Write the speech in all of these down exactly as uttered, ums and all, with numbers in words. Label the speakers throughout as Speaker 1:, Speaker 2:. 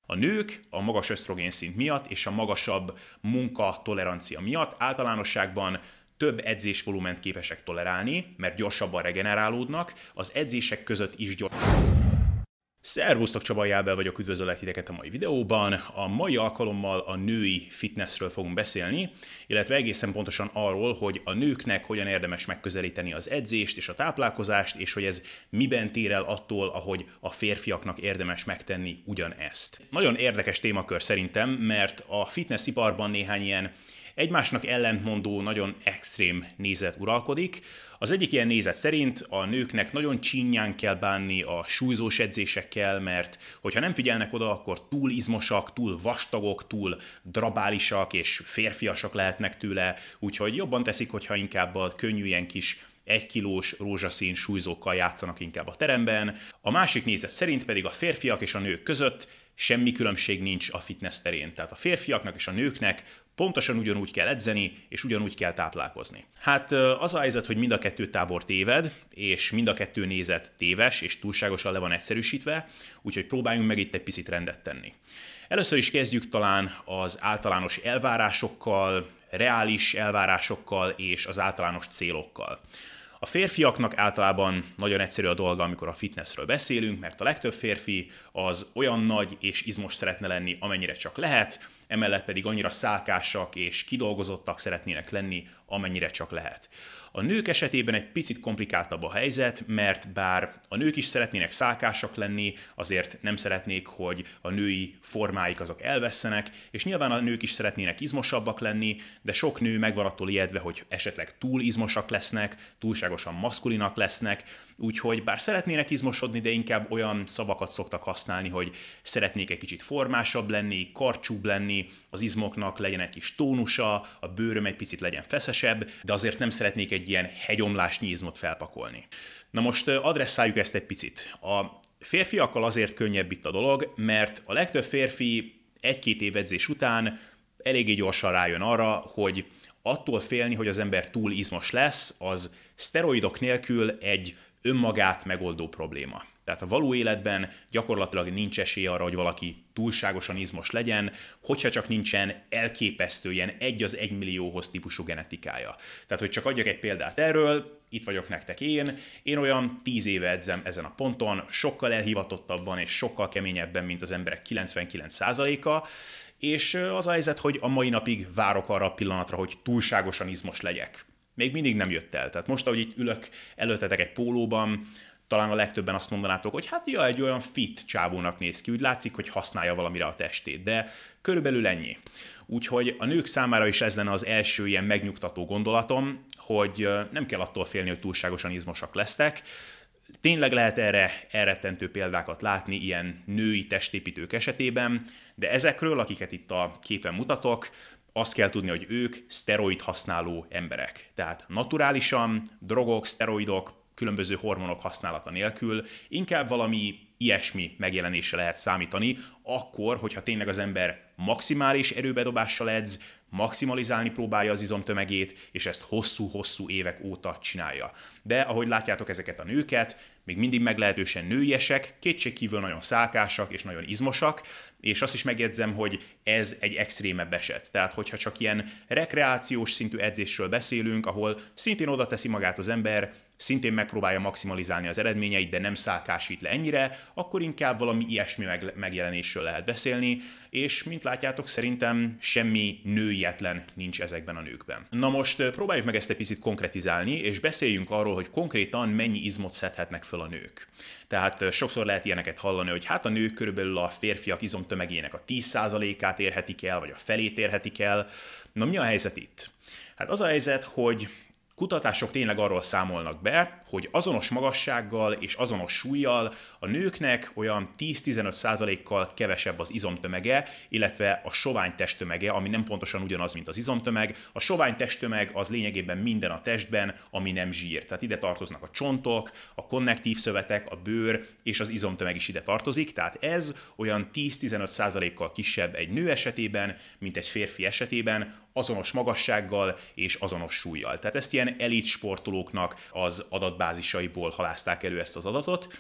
Speaker 1: A nők a magas ösztrogén szint miatt és a magasabb munkatolerancia miatt általánosságban több edzésvolument képesek tolerálni, mert gyorsabban regenerálódnak, az edzések között is gyorsabban. Szervusztok, Csaba Jábel vagyok, üdvözöllek titeket a mai videóban. A mai alkalommal a női fitnessről fogunk beszélni, illetve egészen pontosan arról, hogy a nőknek hogyan érdemes megközelíteni az edzést és a táplálkozást, és hogy ez miben tér el attól, ahogy a férfiaknak érdemes megtenni ugyanezt. Nagyon érdekes témakör szerintem, mert a fitnessiparban néhány ilyen egymásnak ellentmondó, nagyon extrém nézet uralkodik. Az egyik ilyen nézet szerint a nőknek nagyon csínyán kell bánni a súlyzós edzésekkel, mert hogyha nem figyelnek oda, akkor túl izmosak, túl vastagok, túl drabálisak és férfiasak lehetnek tőle, úgyhogy jobban teszik, hogyha inkább a könnyű ilyen kis egy kilós rózsaszín súlyzókkal játszanak inkább a teremben. A másik nézet szerint pedig a férfiak és a nők között semmi különbség nincs a fitness terén. Tehát a férfiaknak és a nőknek pontosan ugyanúgy kell edzeni, és ugyanúgy kell táplálkozni. Hát az a helyzet, hogy mind a kettő tábor téved, és mind a kettő nézet téves, és túlságosan le van egyszerűsítve, úgyhogy próbáljunk meg itt egy picit rendet tenni. Először is kezdjük talán az általános elvárásokkal, reális elvárásokkal és az általános célokkal. A férfiaknak általában nagyon egyszerű a dolga, amikor a fitnessről beszélünk, mert a legtöbb férfi az olyan nagy és izmos szeretne lenni, amennyire csak lehet, emellett pedig annyira szálkásak és kidolgozottak szeretnének lenni, amennyire csak lehet. A nők esetében egy picit komplikáltabb a helyzet, mert bár a nők is szeretnének szálkásak lenni, azért nem szeretnék, hogy a női formáik azok elvesszenek, és nyilván a nők is szeretnének izmosabbak lenni, de sok nő meg van attól ijedve, hogy esetleg túl izmosak lesznek, túlságosan maszkulinak lesznek, úgyhogy bár szeretnének izmosodni, de inkább olyan szavakat szoktak használni, hogy szeretnék egy kicsit formásabb lenni, karcsúbb lenni, az izmoknak legyen egy kis tónusa, a bőröm egy picit legyen feszesebb, de azért nem szeretnék egy ilyen hegyomlásnyi izmot felpakolni. Na most adresszáljuk ezt egy picit. A férfiakkal azért könnyebb itt a dolog, mert a legtöbb férfi egy-két év edzés után eléggé gyorsan rájön arra, hogy attól félni, hogy az ember túl izmos lesz, az szteroidok nélkül egy önmagát megoldó probléma. Tehát a való életben gyakorlatilag nincs esély arra, hogy valaki túlságosan izmos legyen, hogyha csak nincsen elképesztő ilyen egy az egymillióhoz típusú genetikája. Tehát, hogy csak adjak egy példát erről, itt vagyok nektek én, én olyan tíz éve edzem ezen a ponton, sokkal elhivatottabban és sokkal keményebben, mint az emberek kilencvenkilenc százaléka, és az a helyzet, hogy a mai napig várok arra a pillanatra, hogy túlságosan izmos legyek. Még mindig nem jött el. Tehát most, ahogy itt ülök előttetek egy pólóban, talán a legtöbben azt mondanátok, hogy hát ja, egy olyan fit csávónak néz ki, úgy látszik, hogy használja valamire a testét, de körülbelül ennyi. Úgyhogy a nők számára is ez lenne az első ilyen megnyugtató gondolatom, hogy nem kell attól félni, hogy túlságosan izmosak lesztek. Tényleg lehet erre elrettentő példákat látni ilyen női testépítők esetében, de ezekről, akiket itt a képen mutatok, azt kell tudni, hogy ők szteroid használó emberek. Tehát naturálisan, drogok, szteroidok, különböző hormonok használata nélkül, inkább valami ilyesmi megjelenése lehet számítani, akkor, hogyha tényleg az ember maximális erőbedobással edz, maximalizálni próbálja az izomtömegét, és ezt hosszú-hosszú évek óta csinálja. De ahogy látjátok ezeket a nőket, még mindig meglehetősen nőiesek, kétségkívül nagyon szálkásak és nagyon izmosak, és azt is megjegyzem, hogy ez egy extrémebb eset. Tehát, hogyha csak ilyen rekreációs szintű edzésről beszélünk, ahol szintén oda teszi magát az ember, szintén megpróbálja maximalizálni az eredményeit, de nem szálkásít le ennyire, akkor inkább valami ilyesmi megjelenésről lehet beszélni, és mint látjátok, szerintem semmi nőietlen nincs ezekben a nőkben. Na most próbáljuk meg ezt egy picit konkretizálni, és beszéljünk arról, hogy konkrétan mennyi izmot szedhetnek föl a nők. Tehát sokszor lehet ilyeneket hallani, hogy hát a nők körülbelül a férfiak izomtömegének a tíz százalékát érhetik el, vagy a felét érhetik el. Na mi a helyzet itt? Hát az a helyzet, hogy kutatások tényleg arról számolnak be, hogy azonos magassággal és azonos súlyjal a nőknek olyan tíz-tizenöt százalékkal kevesebb az izomtömege, illetve a sovány testtömege, ami nem pontosan ugyanaz, mint az izomtömeg. A sovány testtömeg az lényegében minden a testben, ami nem zsír. Tehát ide tartoznak a csontok, a konnektív szövetek, a bőr és az izomtömeg is ide tartozik. Tehát ez olyan tíz-tizenöt százalékkal kisebb egy nő esetében, mint egy férfi esetében, azonos magassággal és azonos súlyjal. Tehát ezt ilyen elit sportolóknak az adatbázisaiból halázták elő ezt az adatot.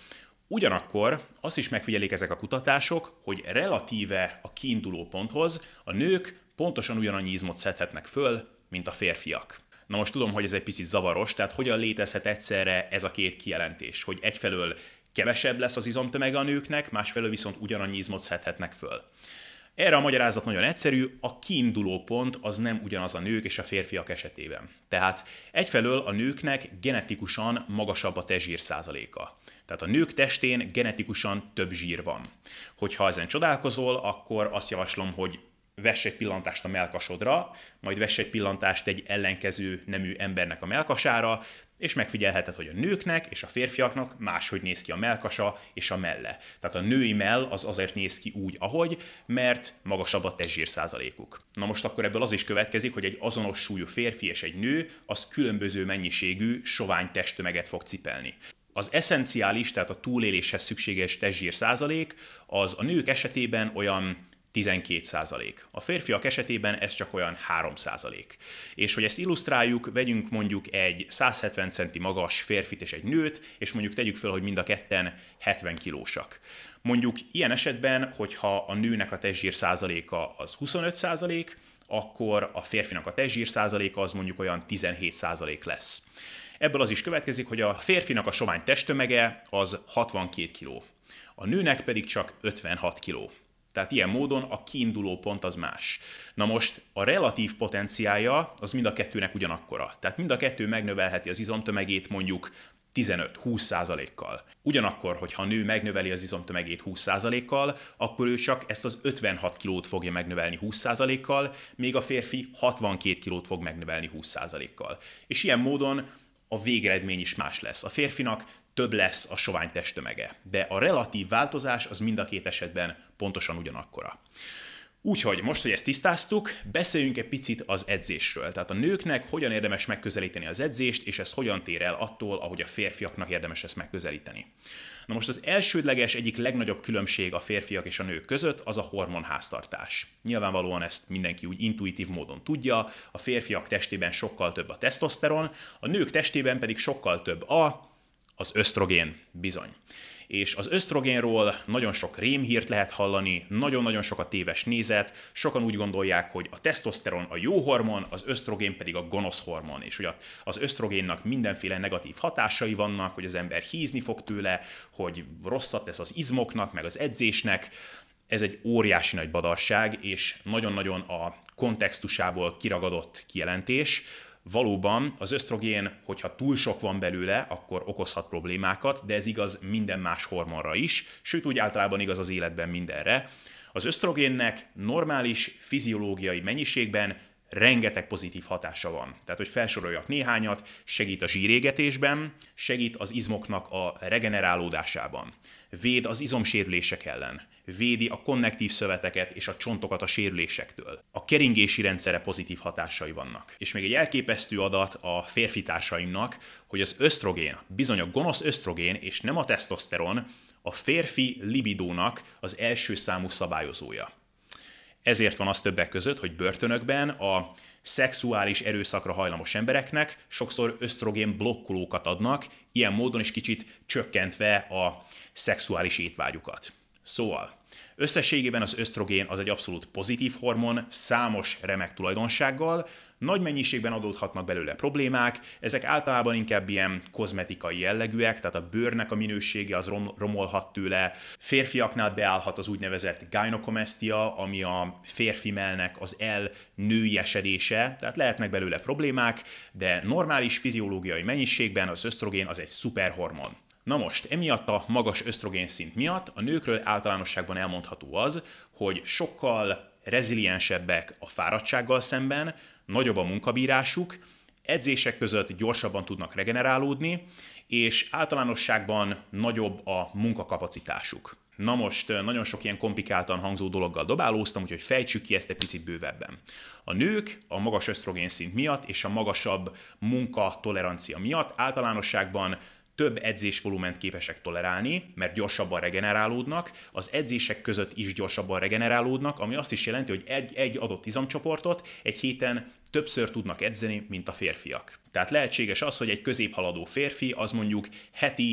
Speaker 1: Ugyanakkor azt is megfigyelik ezek a kutatások, hogy relatíve a kiinduló ponthoz a nők pontosan ugyanannyi izmot szedhetnek föl, mint a férfiak. Na most tudom, hogy ez egy picit zavaros, tehát hogyan létezhet egyszerre ez a két kijelentés, hogy egyfelől kevesebb lesz az izomtömege a nőknek, másfelől viszont ugyanannyi izmot szedhetnek föl. Erre a magyarázat nagyon egyszerű, a kiinduló pont az nem ugyanaz a nők és a férfiak esetében. Tehát egyfelől a nőknek genetikusan magasabb a testzsír százaléka. Tehát a nők testén genetikusan több zsír van. Hogyha ezen csodálkozol, akkor azt javaslom, hogy vess egy pillantást a mellkasodra, majd vess egy pillantást egy ellenkező nemű embernek a mellkasára, és megfigyelheted, hogy a nőknek és a férfiaknak máshogy néz ki a mellkasa és a melle. Tehát a női mell az azért néz ki úgy, ahogy, mert magasabb a testzsír százalékuk. Na most akkor ebből az is következik, hogy egy azonos súlyú férfi és egy nő az különböző mennyiségű sovány testtömeget fog cipelni. Az eszenciális, tehát a túléléshez szükséges testzsír százalék az a nők esetében olyan tizenkét százalék. A férfiak esetében ez csak olyan három százalék. És hogy ezt illusztráljuk, vegyünk mondjuk egy száz hetven centi magas férfit és egy nőt, és mondjuk tegyük fel, hogy mind a ketten hetven kilósak. Mondjuk ilyen esetben, hogyha a nőnek a testzsír százaléka az huszonöt százalék, akkor a férfinak a testzsír százaléka az mondjuk olyan tizenhét százalék lesz. Ebből az is következik, hogy a férfinak a sovány testtömege az hatvankét kiló, a nőnek pedig csak ötvenhat kiló. Tehát ilyen módon a kiinduló pont az más. Na most a relatív potenciálja az mind a kettőnek ugyanakkora. Tehát mind a kettő megnövelheti az izomtömegét mondjuk tizenöt-húsz százalékkal. Ugyanakkor, hogyha a nő megnöveli az izomtömegét húsz százalékkal, akkor ő csak ezt az ötvenhat kilót fogja megnövelni húsz százalékkal, míg a férfi hatvankét kilót fog megnövelni húsz százalékkal. És ilyen módon a végeredmény is más lesz. A férfinak több lesz a sovány testtömege, de a relatív változás az mind a két esetben pontosan ugyanakkora. Úgyhogy most, hogy ezt tisztáztuk, beszéljünk egy picit az edzésről. Tehát a nőknek hogyan érdemes megközelíteni az edzést, és ez hogyan tér el attól, ahogy a férfiaknak érdemes ezt megközelíteni. Na most az elsődleges, egyik legnagyobb különbség a férfiak és a nők között az a hormonháztartás. Nyilvánvalóan ezt mindenki úgy intuitív módon tudja, a férfiak testében sokkal több a tesztoszteron, a nők testében pedig sokkal több a az ösztrogén, bizony. És az ösztrogénról nagyon sok rémhírt lehet hallani, nagyon-nagyon sok a téves nézet, sokan úgy gondolják, hogy a tesztoszteron a jó hormon, az ösztrogén pedig a gonosz hormon, és hogy az ösztrogénnak mindenféle negatív hatásai vannak, hogy az ember hízni fog tőle, hogy rosszat tesz az izmoknak, meg az edzésnek. Ez egy óriási nagy badarság, és nagyon-nagyon a kontextusából kiragadott kijelentés. Valóban az ösztrogén, hogyha túl sok van belőle, akkor okozhat problémákat, de ez igaz minden más hormonra is, sőt úgy általában igaz az életben mindenre. Az ösztrogénnek normális fiziológiai mennyiségben rengeteg pozitív hatása van. Tehát, hogy felsoroljak néhányat, segít a zsírégetésben, segít az izmoknak a regenerálódásában, véd az izomsérülések ellen, védi a konnektív szöveteket és a csontokat a sérülésektől. A keringési rendszere pozitív hatásai vannak. És még egy elképesztő adat a férfi társaimnak, hogy az ösztrogén, bizony a gonosz ösztrogén és nem a tesztoszteron, a férfi libidónak az első számú szabályozója. Ezért van az többek között, hogy börtönökben a szexuális erőszakra hajlamos embereknek sokszor ösztrogén blokkolókat adnak, ilyen módon is kicsit csökkentve a szexuális étvágyukat. Szóval, összességében az ösztrogén az egy abszolút pozitív hormon, számos remek tulajdonsággal, nagy mennyiségben adódhatnak belőle problémák, ezek általában inkább ilyen kozmetikai jellegűek, tehát a bőrnek a minősége az rom- romolhat tőle, férfiaknál beállhat az úgynevezett gynekomastia, ami a férfi mellnek az elnőiesedése, tehát lehetnek belőle problémák, de normális fiziológiai mennyiségben az ösztrogén az egy szuperhormon. Na most, emiatt a magas ösztrogén szint miatt a nőkről általánosságban elmondható az, hogy sokkal reziliensebbek a fáradtsággal szemben, nagyobb a munkabírásuk, edzések között gyorsabban tudnak regenerálódni, és általánosságban nagyobb a munkakapacitásuk. Na most nagyon sok ilyen komplikáltan hangzó dologgal dobálóztam, úgyhogy fejtsük ki ezt egy picit bővebben. A nők a magas ösztrogén szint miatt és a magasabb munkatolerancia miatt általánosságban több edzésvolument képesek tolerálni, mert gyorsabban regenerálódnak, az edzések között is gyorsabban regenerálódnak, ami azt is jelenti, hogy egy, egy adott izomcsoportot egy héten többször tudnak edzeni, mint a férfiak. Tehát lehetséges az, hogy egy középhaladó férfi az mondjuk heti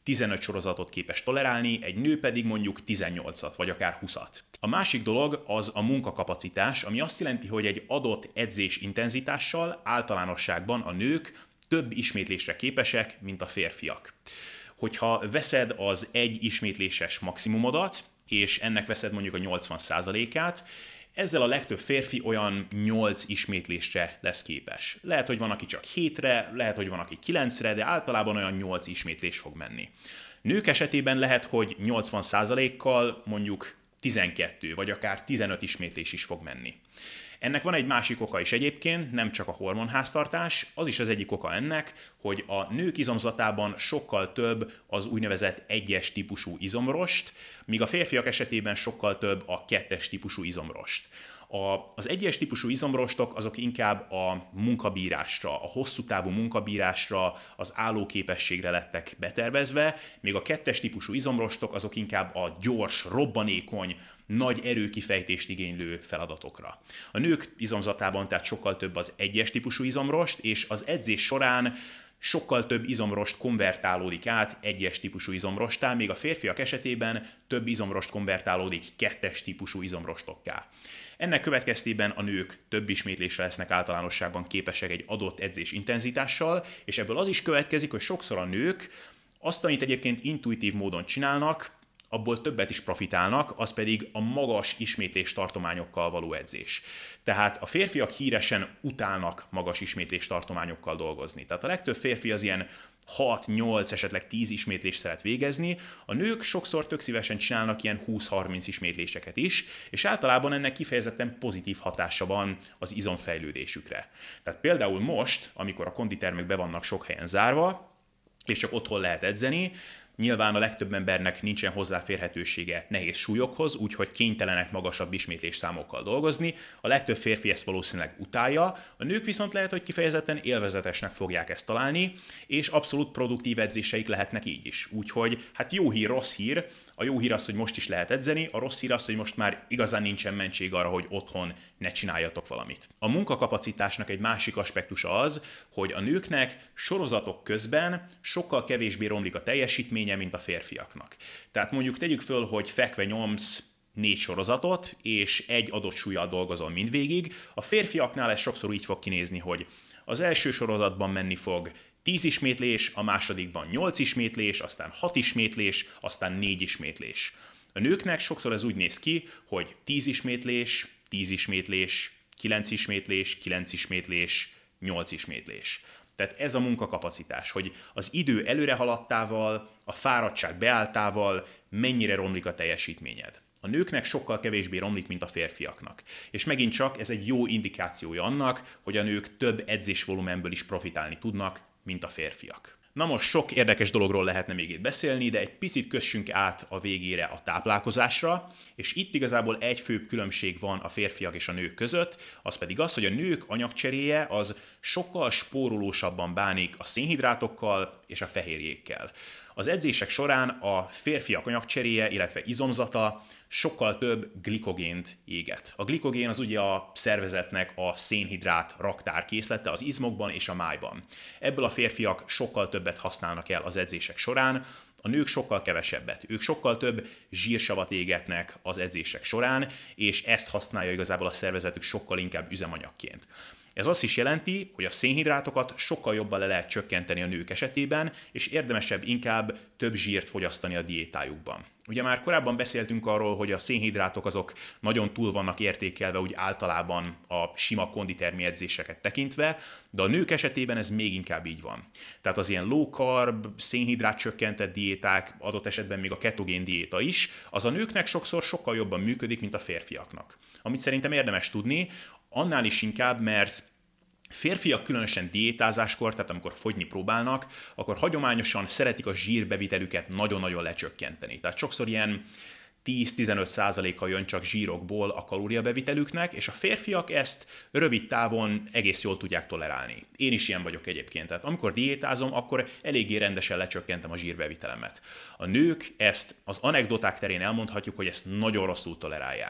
Speaker 1: tizenöt sorozatot képes tolerálni, egy nő pedig mondjuk tizennyolcat, vagy akár húszat. A másik dolog az a munkakapacitás, ami azt jelenti, hogy egy adott edzés intenzitással általánosságban a nők több ismétlésre képesek, mint a férfiak. Hogyha veszed az egy ismétléses maximumodat, és ennek veszed mondjuk a nyolcvan százalékát, ezzel a legtöbb férfi olyan nyolc ismétlésre lesz képes. Lehet, hogy van, aki csak hétre, lehet, hogy van, aki kilencre, de általában olyan nyolc ismétlés fog menni. Nők esetében lehet, hogy nyolcvan százalékkal mondjuk tizenkettő vagy akár tizenöt ismétlés is fog menni. Ennek van egy másik oka is egyébként, nem csak a hormonháztartás, az is az egyik oka ennek, hogy a nők izomzatában sokkal több az úgynevezett egyes típusú izomrost, míg a férfiak esetében sokkal több a kettes típusú izomrost. A, az egyes típusú izomrostok azok inkább a munkabírásra, a hosszú távú munkabírásra, az állóképességre lettek betervezve, míg a kettes típusú izomrostok azok inkább a gyors, robbanékony, nagy erőkifejtést igénylő feladatokra. A nők izomzatában tehát sokkal több az egyes típusú izomrost, és az edzés során sokkal több izomrost konvertálódik át egyes típusú izomrostá, még a férfiak esetében több izomrost konvertálódik kettes típusú izomrostokká. Ennek következtében a nők több ismétlésre lesznek általánosságban képesek egy adott edzés intenzitással, és ebből az is következik, hogy sokszor a nők azt, amit egyébként intuitív módon csinálnak, abból többet is profitálnak, az pedig a magas ismétlés tartományokkal való edzés. Tehát a férfiak híresen utálnak magas ismétlés tartományokkal dolgozni. Tehát a legtöbb férfi az ilyen hat, nyolc, esetleg tíz ismétlést szeret végezni, a nők sokszor tök szívesen csinálnak ilyen húsz-harminc ismétléseket is, és általában ennek kifejezetten pozitív hatása van az izomfejlődésükre. Tehát például most, amikor a konditermek be vannak sok helyen zárva, és csak otthon lehet edzeni, nyilván a legtöbb embernek nincsen hozzáférhetősége nehéz súlyokhoz, úgyhogy kénytelenek magasabb ismétlésszámokkal dolgozni. A legtöbb férfi ezt valószínűleg utálja, a nők viszont lehet, hogy kifejezetten élvezetesnek fogják ezt találni, és abszolút produktív edzéseik lehetnek így is. Úgyhogy hát jó hír, rossz hír. A jó hír az, hogy most is lehet edzeni, a rossz hír az, hogy most már igazán nincsen mentség arra, hogy otthon ne csináljatok valamit. A munkakapacitásnak egy másik aspektusa az, hogy a nőknek sorozatok közben sokkal kevésbé romlik a teljesítménye, mint a férfiaknak. Tehát mondjuk tegyük föl, hogy fekve nyomsz négy sorozatot, és egy adott súllyal dolgozol mindvégig. A férfiaknál ez sokszor így fog kinézni, hogy az első sorozatban menni fog tíz ismétlés, a másodikban nyolc ismétlés, aztán hat ismétlés, aztán négy ismétlés. A nőknek sokszor ez úgy néz ki, hogy tíz ismétlés, tíz ismétlés, kilenc ismétlés, kilenc ismétlés, nyolc ismétlés. Tehát ez a munkakapacitás, hogy az idő előre haladtával, a fáradtság beálltával mennyire romlik a teljesítményed. A nőknek sokkal kevésbé romlik, mint a férfiaknak. És megint csak ez egy jó indikációja annak, hogy a nők több edzésvolumenből is profitálni tudnak, mint a férfiak. Na most sok érdekes dologról lehetne még itt beszélni, de egy picit kössünk át a végére a táplálkozásra, és itt igazából egy főbb különbség van a férfiak és a nők között, az pedig az, hogy a nők anyagcseréje az sokkal spórolósabban bánik a szénhidrátokkal és a fehérjékkel. Az edzések során a férfiak anyagcseréje, illetve izomzata sokkal több glikogént éget. A glikogén az ugye a szervezetnek a szénhidrát raktárkészlete az izmokban és a májban. Ebből a férfiak sokkal többet használnak el az edzések során, a nők sokkal kevesebbet. Ők sokkal több zsírsavat égetnek az edzések során, és ezt használja igazából a szervezetük sokkal inkább üzemanyagként. Ez azt is jelenti, hogy a szénhidrátokat sokkal jobban le lehet csökkenteni a nők esetében, és érdemesebb inkább több zsírt fogyasztani a diétájukban. Ugye már korábban beszéltünk arról, hogy a szénhidrátok azok nagyon túl vannak értékelve úgy általában a sima konditermi edzéseket tekintve, de a nők esetében ez még inkább így van. Tehát az ilyen low carb, szénhidrát csökkentett diéták, adott esetben még a ketogén diéta is, az a nőknek sokszor sokkal jobban működik, mint a férfiaknak. Amit szerintem érdemes tudni, annál is inkább, mert férfiak különösen diétázáskor, tehát amikor fogyni próbálnak, akkor hagyományosan szeretik a zsírbevitelüket nagyon-nagyon lecsökkenteni. Tehát sokszor ilyen tíz-tizenöt százaléka jön csak zsírokból a kalóriabevitelüknek, és a férfiak ezt rövid távon egész jól tudják tolerálni. Én is ilyen vagyok egyébként. Tehát amikor diétázom, akkor eléggé rendesen lecsökkentem a zsírbevitelemet. A nők ezt az anekdoták terén elmondhatjuk, hogy ezt nagyon rosszul tolerálják.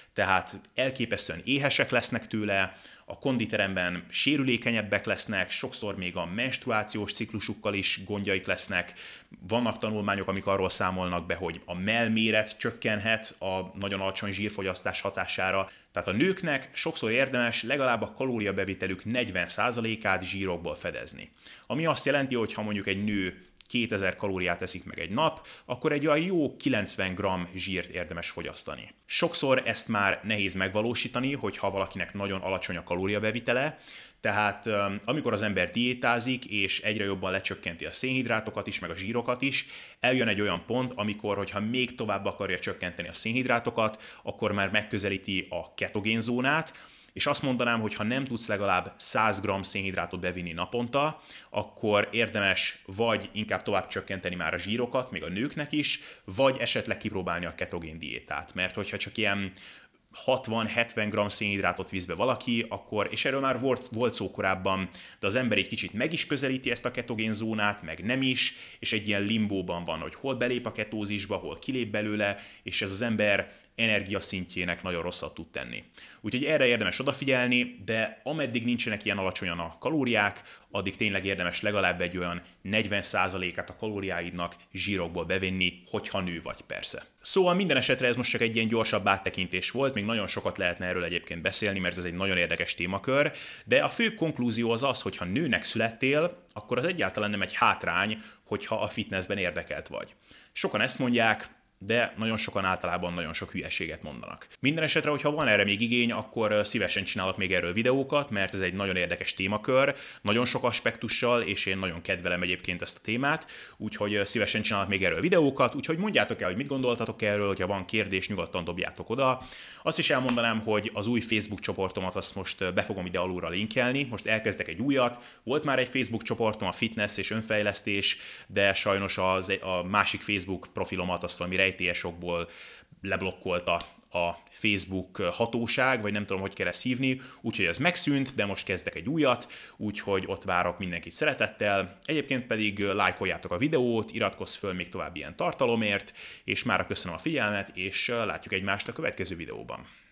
Speaker 1: Tehát elképesztően éhesek lesznek tőle, a konditeremben sérülékenyebbek lesznek, sokszor még a menstruációs ciklusukkal is gondjaik lesznek. Vannak tanulmányok, amik arról számolnak be, hogy a mellméret csökkenhet a nagyon alacsony zsírfogyasztás hatására. Tehát a nőknek sokszor érdemes legalább a kalóriabevitelük negyven százalékát zsírokból fedezni. Ami azt jelenti, hogy ha mondjuk egy nő kétezer kalóriát eszik meg egy nap, akkor egy olyan jó kilencven gramm zsírt érdemes fogyasztani. Sokszor ezt már nehéz megvalósítani, hogyha valakinek nagyon alacsony a kalóriabevitele, tehát amikor az ember diétázik, és egyre jobban lecsökkenti a szénhidrátokat is, meg a zsírokat is, eljön egy olyan pont, amikor, hogyha még tovább akarja csökkenteni a szénhidrátokat, akkor már megközelíti a ketogén zónát, és azt mondanám, hogy ha nem tudsz legalább száz gramm szénhidrátot bevinni naponta, akkor érdemes vagy inkább tovább csökkenteni már a zsírokat, még a nőknek is, vagy esetleg kipróbálni a ketogén diétát. Mert hogyha csak ilyen hatvan-hetven gramm szénhidrátot visz be valaki, akkor, és erről már volt, volt szó korábban, de az ember egy kicsit meg is közelíti ezt a ketogén zónát, meg nem is, és egy ilyen limbóban van, hogy hol belép a ketózisba, hol kilép belőle, és ez az ember energiaszintjének nagyon rosszat tud tenni. Úgyhogy erre érdemes odafigyelni, de ameddig nincsenek ilyen alacsonyan a kalóriák, addig tényleg érdemes legalább egy olyan negyven százalékát a kalóriáidnak zsírokból bevenni, hogyha nő vagy persze. Szóval minden esetre ez most csak egy ilyen gyorsabb áttekintés volt, még nagyon sokat lehetne erről egyébként beszélni, mert ez egy nagyon érdekes témakör, de a fő konklúzió az az, hogy ha nőnek születtél, akkor az egyáltalán nem egy hátrány, hogyha a fitnessben érdekelt vagy. Sokan ezt mondják, de nagyon sokan általában nagyon sok hülyeséget mondanak. Minden esetre, hogyha van erre még igény, akkor szívesen csinálok még erről videókat, mert ez egy nagyon érdekes témakör, nagyon sok aspektussal, és én nagyon kedvelem egyébként ezt a témát, úgyhogy szívesen csinálok még erről videókat, úgyhogy mondjátok el, hogy mit gondoltatok erről, hogyha van kérdés, nyugodtan dobjátok oda. Azt is elmondanám, hogy az új Facebook csoportomat azt most be fogom ide alulra linkelni, most elkezdek egy újat, volt már egy Facebook csoportom, a fitness és önfejlesztés, de sajnos az, a másik Facebook profilomat azt valami rejtélyesokból leblokkolta a Facebook hatóság, vagy nem tudom, hogy kell ezt hívni, úgyhogy ez megszűnt, de most kezdek egy újat, úgyhogy ott várok mindenkit szeretettel. Egyébként pedig lájkoljátok a videót, iratkozz föl még további ilyen tartalomért, és mára köszönöm a figyelmet, és látjuk egymást a következő videóban.